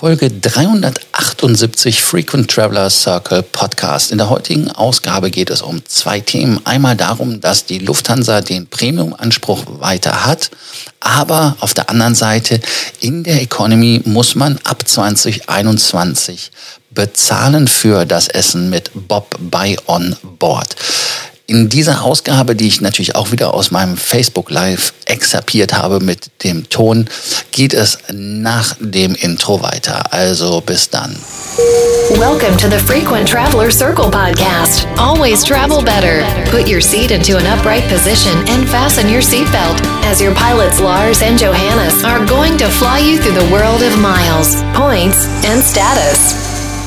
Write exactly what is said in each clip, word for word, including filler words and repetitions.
Folge dreihundertachtundsiebzig Frequent Traveler Circle Podcast. In der heutigen Ausgabe geht es um zwei Themen. Einmal darum, dass die Lufthansa den Premium-Anspruch weiter hat, aber auf der anderen Seite in der Economy muss man ab zwanzig einundzwanzig bezahlen für das Essen mit Bob Buy on Board. In dieser Ausgabe, die ich natürlich auch wieder aus meinem Facebook Live exerpiert habe mit dem Ton, geht es nach dem Intro weiter. Also bis dann. Welcome to the Frequent Traveler Circle podcast. Always travel better. Put your seat into an upright position and fasten your seatbelt as your pilots Lars and Johannes are going to fly you through the world of miles, points and status.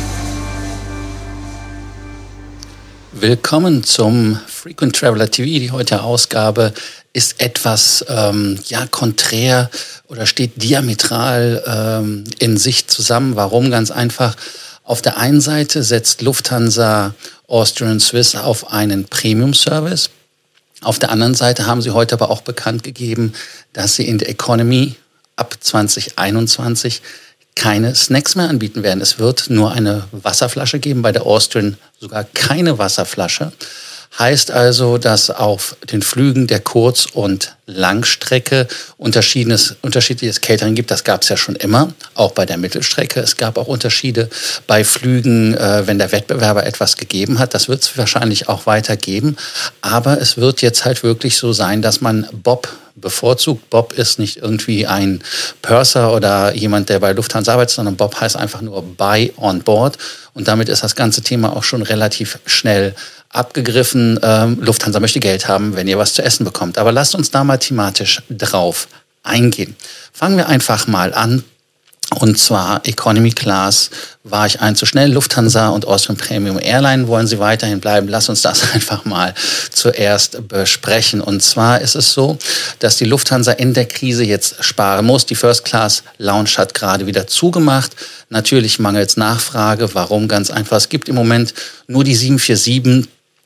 Willkommen zum Frequent Traveler T V. Die heutige Ausgabe ist etwas ähm, ja konträr oder steht diametral ähm, in sich zusammen. Warum? Ganz einfach. Auf der einen Seite setzt Lufthansa Austrian Swiss auf einen Premium-Service. Auf der anderen Seite haben sie heute aber auch bekannt gegeben, dass sie in der Economy ab zwanzig einundzwanzig keine Snacks mehr anbieten werden. Es wird nur eine Wasserflasche geben, bei der Austrian sogar keine Wasserflasche. Heißt also, dass auf den Flügen der Kurz- und Langstrecke unterschiedenes, unterschiedliches Catering gibt. Das gab es ja schon immer, auch bei der Mittelstrecke. Es gab auch Unterschiede bei Flügen, äh, wenn der Wettbewerber etwas gegeben hat. Das wird es wahrscheinlich auch weitergeben. Aber es wird jetzt halt wirklich so sein, dass man Bob bevorzugt. Bob ist nicht irgendwie ein Purser oder jemand, der bei Lufthansa arbeitet, sondern Bob heißt einfach nur Buy on Board. Und damit ist das ganze Thema auch schon relativ schnell abgegriffen. Ähm, Lufthansa möchte Geld haben, wenn ihr was zu essen bekommt. Aber lasst uns da mal thematisch drauf eingehen. Fangen wir einfach mal an. Und zwar Economy Class war ich ein zu schnell. Lufthansa und Austrian Premium Airline wollen sie weiterhin bleiben. Lass uns das einfach mal zuerst besprechen. Und zwar ist es so, dass die Lufthansa in der Krise jetzt sparen muss. Die First Class Lounge hat gerade wieder zugemacht. Natürlich mangels Nachfrage. Warum? Ganz einfach. Es gibt im Moment nur die sieben vier sieben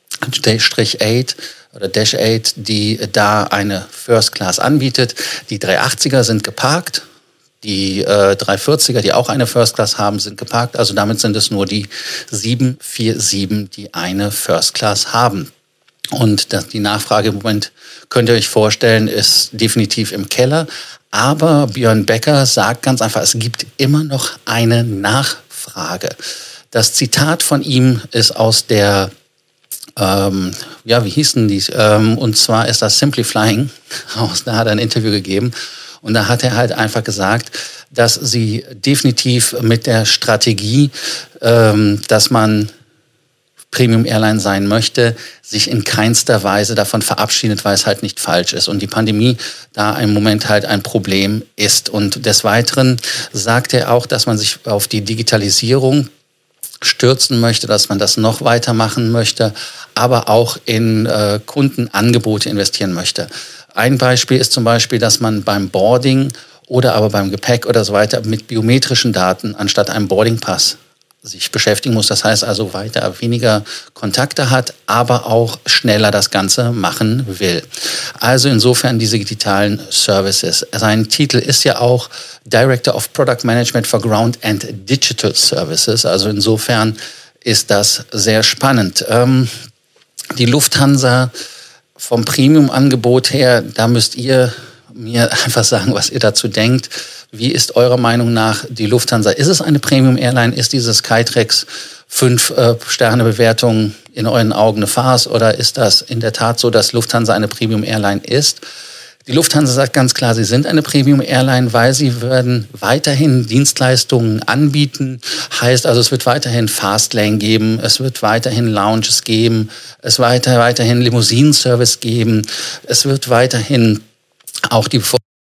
acht oder Dash acht, die da eine First Class anbietet. Die drei achtziger sind geparkt. Die äh, drei vierziger, die auch eine First Class haben, sind geparkt. Also damit sind es nur die sieben vier sieben, die eine First Class haben. Und das, die Nachfrage im Moment, könnt ihr euch vorstellen, ist definitiv im Keller. Aber Björn Becker sagt ganz einfach, es gibt immer noch eine Nachfrage. Das Zitat von ihm ist aus der, ähm, ja, wie hießen die? Ähm, und zwar ist das Simply Flying. Da hat er ein Interview gegeben. Und da hat er halt einfach gesagt, dass sie definitiv mit der Strategie, ähm, dass man Premium Airline sein möchte, sich in keinster Weise davon verabschiedet, weil es halt nicht falsch ist. Und die Pandemie da im Moment halt ein Problem ist. Und des Weiteren sagt er auch, dass man sich auf die Digitalisierung stürzen möchte, dass man das noch weitermachen möchte, aber auch in äh, Kundenangebote investieren möchte. Ein Beispiel ist zum Beispiel, dass man beim Boarding oder aber beim Gepäck oder so weiter mit biometrischen Daten anstatt einem Boardingpass sich beschäftigen muss. Das heißt also weiter weniger Kontakte hat, aber auch schneller das Ganze machen will. Also insofern diese digitalen Services. Sein Titel ist ja auch Director of Product Management for Ground and Digital Services. Also insofern ist das sehr spannend. Ähm, die Lufthansa vom Premium-Angebot her, da müsst ihr mir einfach sagen, was ihr dazu denkt. Wie ist eurer Meinung nach die Lufthansa? Ist es eine Premium-Airline? Ist diese Skytrax fünf Sterne Bewertung in euren Augen eine Farce? Oder ist das in der Tat so, dass Lufthansa eine Premium-Airline ist? Die Lufthansa sagt ganz klar, sie sind eine Premium-Airline, weil sie werden weiterhin Dienstleistungen anbieten. Heißt also, es wird weiterhin Fastlane geben, es wird weiterhin Lounges geben, es wird weiter, weiterhin Limousinen-Service geben, es wird weiterhin auch die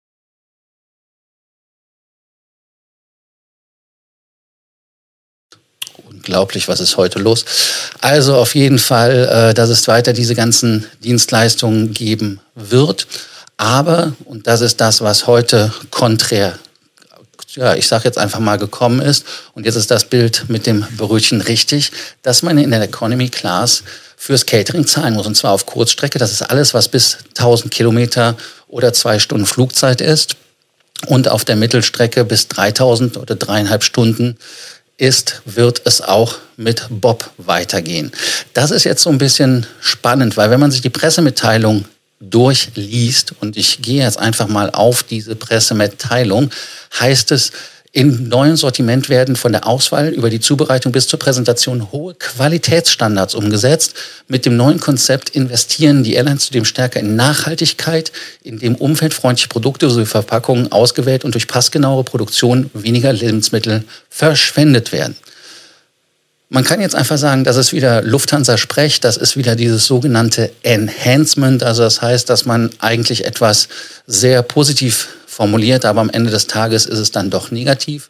Unglaublich, was ist heute los? Also auf jeden Fall, äh, dass es weiter diese ganzen Dienstleistungen geben wird. Aber, und das ist das, was heute konträr, ja, ich sage jetzt einfach mal gekommen ist, und jetzt ist das Bild mit dem Brötchen richtig, dass man in der Economy Class fürs Catering zahlen muss. Und zwar auf Kurzstrecke. Das ist alles, was bis tausend Kilometer oder zwei Stunden Flugzeit ist. und auf der Mittelstrecke bis dreitausend oder dreieinhalb Stunden ist, wird es auch mit Bob weitergehen. Das ist jetzt so ein bisschen spannend, weil wenn man sich die Pressemitteilung durchliest, und ich gehe jetzt einfach mal auf diese Pressemitteilung, heißt es, im neuen Sortiment werden von der Auswahl über die Zubereitung bis zur Präsentation hohe Qualitätsstandards umgesetzt. Mit dem neuen Konzept investieren die Airlines zudem stärker in Nachhaltigkeit, in dem umweltfreundliche Produkte sowie Verpackungen ausgewählt und durch passgenauere Produktion weniger Lebensmittel verschwendet werden. Man kann jetzt einfach sagen, das ist wieder Lufthansa-Sprech, das ist wieder dieses sogenannte Enhancement. Also das heißt, dass man eigentlich etwas sehr positiv formuliert, aber am Ende des Tages ist es dann doch negativ.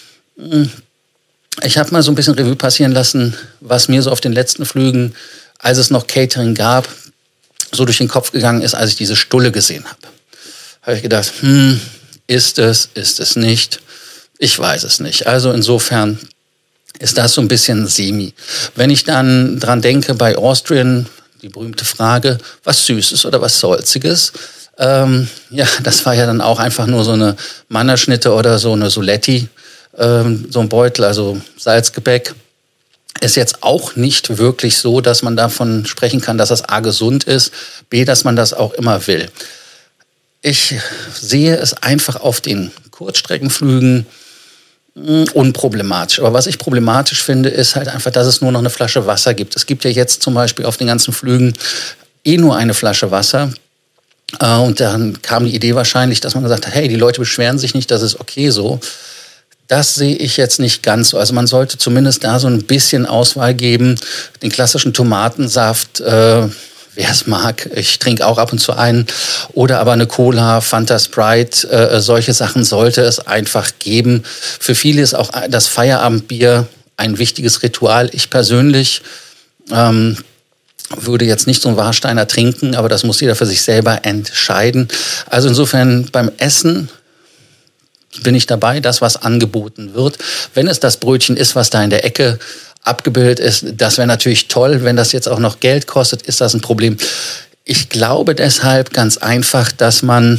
Ich habe mal so ein bisschen Revue passieren lassen, was mir so auf den letzten Flügen, als es noch Catering gab, so durch den Kopf gegangen ist, als ich diese Stulle gesehen habe. Habe ich gedacht, hm, ist es, ist es nicht? Ich weiß es nicht. Also insofern ist das so ein bisschen semi. Wenn ich dann dran denke, bei Austrian, die berühmte Frage, was Süßes oder was Salziges? Ähm, ja, das war ja dann auch einfach nur so eine Mannerschnitte oder so eine Soletti, ähm, so ein Beutel, also Salzgebäck. Ist jetzt auch nicht wirklich so, dass man davon sprechen kann, dass das A gesund ist, B, dass man das auch immer will. Ich sehe es einfach auf den Kurzstreckenflügen unproblematisch. Aber was ich problematisch finde, ist halt einfach, dass es nur noch eine Flasche Wasser gibt. Es gibt ja jetzt zum Beispiel auf den ganzen Flügen eh nur eine Flasche Wasser. Und dann kam die Idee wahrscheinlich, dass man gesagt hat, hey, die Leute beschweren sich nicht, das ist okay so. Das sehe ich jetzt nicht ganz so. Also man sollte zumindest da so ein bisschen Auswahl geben. Den klassischen Tomatensaft, äh, wer es mag, ich trinke auch ab und zu einen. Oder aber eine Cola, Fanta Sprite, äh, solche Sachen sollte es einfach geben. Für viele ist auch das Feierabendbier ein wichtiges Ritual. Ich persönlich ähm, würde jetzt nicht so einen Warsteiner trinken, aber das muss jeder für sich selber entscheiden. Also insofern beim Essen bin ich dabei, das, was angeboten wird. Wenn es das Brötchen ist, was da in der Ecke abgebildet ist, das wäre natürlich toll. Wenn das jetzt auch noch Geld kostet, ist das ein Problem. Ich glaube deshalb ganz einfach, dass man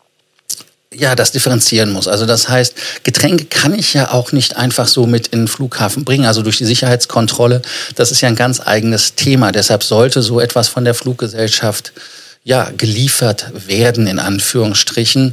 ja, das differenzieren muss. Also das heißt, Getränke kann ich ja auch nicht einfach so mit in den Flughafen bringen, also durch die Sicherheitskontrolle. Das ist ja ein ganz eigenes Thema. Deshalb sollte so etwas von der Fluggesellschaft ja geliefert werden, in Anführungsstrichen.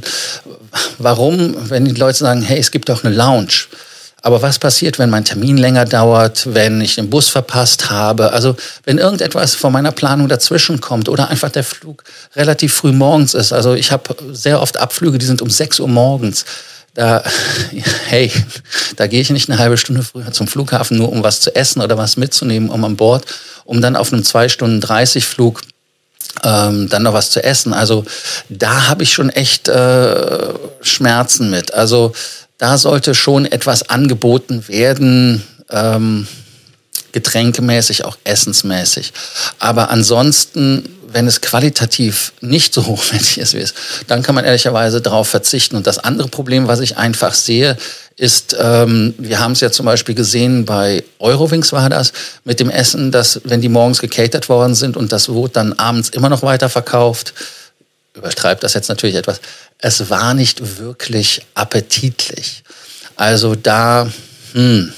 Warum? Wenn die Leute sagen, hey, es gibt doch eine Lounge. Aber was passiert, wenn mein Termin länger dauert, wenn ich den Bus verpasst habe? Also wenn irgendetwas von meiner Planung dazwischen kommt oder einfach der Flug relativ früh morgens ist. Also ich habe sehr oft Abflüge, die sind um sechs Uhr morgens. Da, hey, da gehe ich nicht eine halbe Stunde früher zum Flughafen, nur um was zu essen oder was mitzunehmen, um an Bord, um dann auf einem zwei Stunden dreißig Flug ähm, dann noch was zu essen. Also da habe ich schon echt äh, Schmerzen mit. Also da sollte schon etwas angeboten werden, ähm, getränkemäßig, auch essensmäßig. Aber ansonsten, wenn es qualitativ nicht so hochwertig ist, wie es, dann kann man ehrlicherweise darauf verzichten. Und das andere Problem, was ich einfach sehe, ist, ähm, wir haben es ja zum Beispiel gesehen, bei Eurowings war das, mit dem Essen, dass wenn die morgens gecatert worden sind und das wurde dann abends immer noch weiterverkauft, übertreibt das jetzt natürlich etwas, es war nicht wirklich appetitlich. Also da, hm,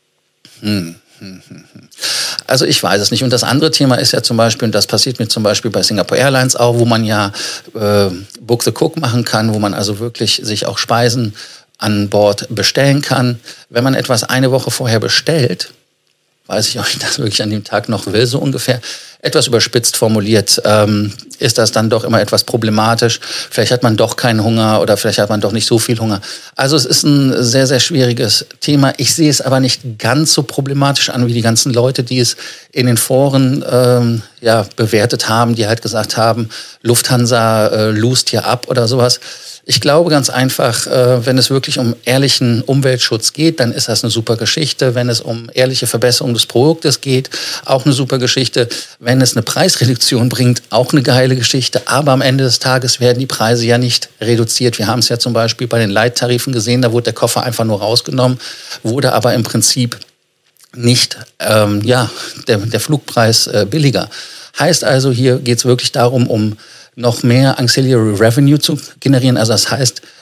hm, hm, hm. Also ich weiß es nicht. Und das andere Thema ist ja zum Beispiel, und das passiert mir zum Beispiel bei Singapore Airlines auch, wo man ja äh, Book the Cook machen kann, wo man also wirklich sich auch Speisen an Bord bestellen kann. Wenn man etwas eine Woche vorher bestellt, weiß ich, ob ich das wirklich an dem Tag noch will, so ungefähr, etwas überspitzt formuliert, ähm, ist das dann doch immer etwas problematisch. Vielleicht hat man doch keinen Hunger oder vielleicht hat man doch nicht so viel Hunger. Also es ist ein sehr, sehr schwieriges Thema. Ich sehe es aber nicht ganz so problematisch an wie die ganzen Leute, die es in den Foren ähm, ja, bewertet haben, die halt gesagt haben, Lufthansa äh, lust hier ab oder sowas. Ich glaube ganz einfach, äh, wenn es wirklich um ehrlichen Umweltschutz geht, dann ist das eine super Geschichte. Wenn es um ehrliche Verbesserung des Produktes geht, auch eine super Geschichte. Wenn es eine Preisreduktion bringt, auch eine geile Geschichte. Aber am Ende des Tages werden die Preise ja nicht reduziert. Wir haben es ja zum Beispiel bei den Leittarifen gesehen, da wurde der Koffer einfach nur rausgenommen, wurde aber im Prinzip nicht ähm, ja, der, der Flugpreis äh, billiger. Heißt also, hier geht es wirklich darum, um noch mehr Ancillary Revenue zu generieren. Also das heißt,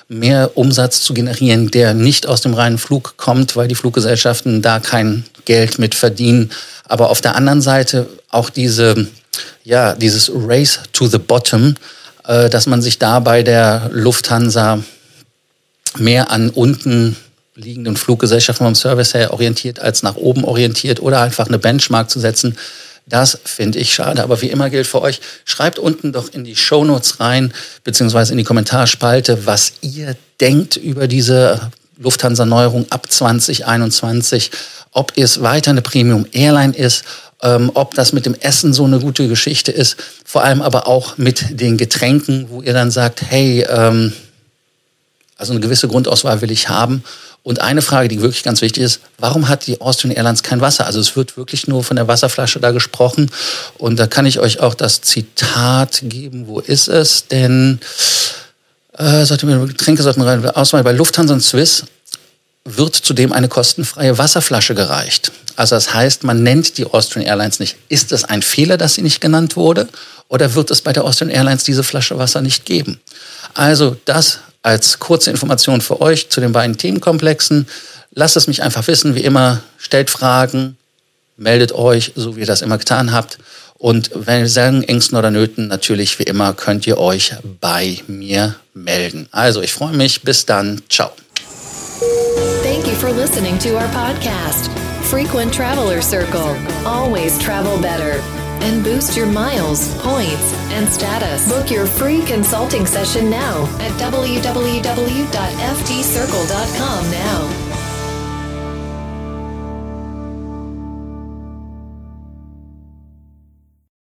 mehr Umsatz zu generieren, der nicht aus dem reinen Flug kommt, weil die Fluggesellschaften da kein Geld mit verdienen. Aber auf der anderen Seite auch diese, ja, dieses Race to the Bottom, äh, dass man sich da bei der Lufthansa mehr an unten liegenden Fluggesellschaften vom Service her orientiert, als nach oben orientiert oder einfach eine Benchmark zu setzen. Das finde ich schade. Aber wie immer gilt für euch, schreibt unten doch in die Shownotes rein, beziehungsweise in die Kommentarspalte, was ihr denkt über diese Lufthansa-Neuerung ab zwanzig einundzwanzig, ob es weiter eine Premium-Airline ist, ähm, ob das mit dem Essen so eine gute Geschichte ist, vor allem aber auch mit den Getränken, wo ihr dann sagt, hey, ähm, also eine gewisse Grundauswahl will ich haben. Und eine Frage, die wirklich ganz wichtig ist, warum hat die Austrian Airlines kein Wasser? Also es wird wirklich nur von der Wasserflasche da gesprochen. Und da kann ich euch auch das Zitat geben. Wo ist es? Denn äh, sollte man Getränke sollten wir rein auswählen. Bei Lufthansa und Swiss wird zudem eine kostenfreie Wasserflasche gereicht. Also das heißt, man nennt die Austrian Airlines nicht. Ist es ein Fehler, dass sie nicht genannt wurde? Oder wird es bei der Austrian Airlines diese Flasche Wasser nicht geben? Also das als kurze Information für euch zu den beiden Themenkomplexen. Lasst es mich einfach wissen, wie immer, stellt Fragen, meldet euch, so wie ihr das immer getan habt. Und wenn ihr sagen, Ängsten oder Nöten, natürlich wie immer könnt ihr euch bei mir melden. Also ich freue mich, bis dann, ciao. Thank you for listening to our podcast, Frequent Traveler Circle. Always travel better. And boost your miles, points, and status. Book your free consulting session now at w w w dot f t circle dot com now.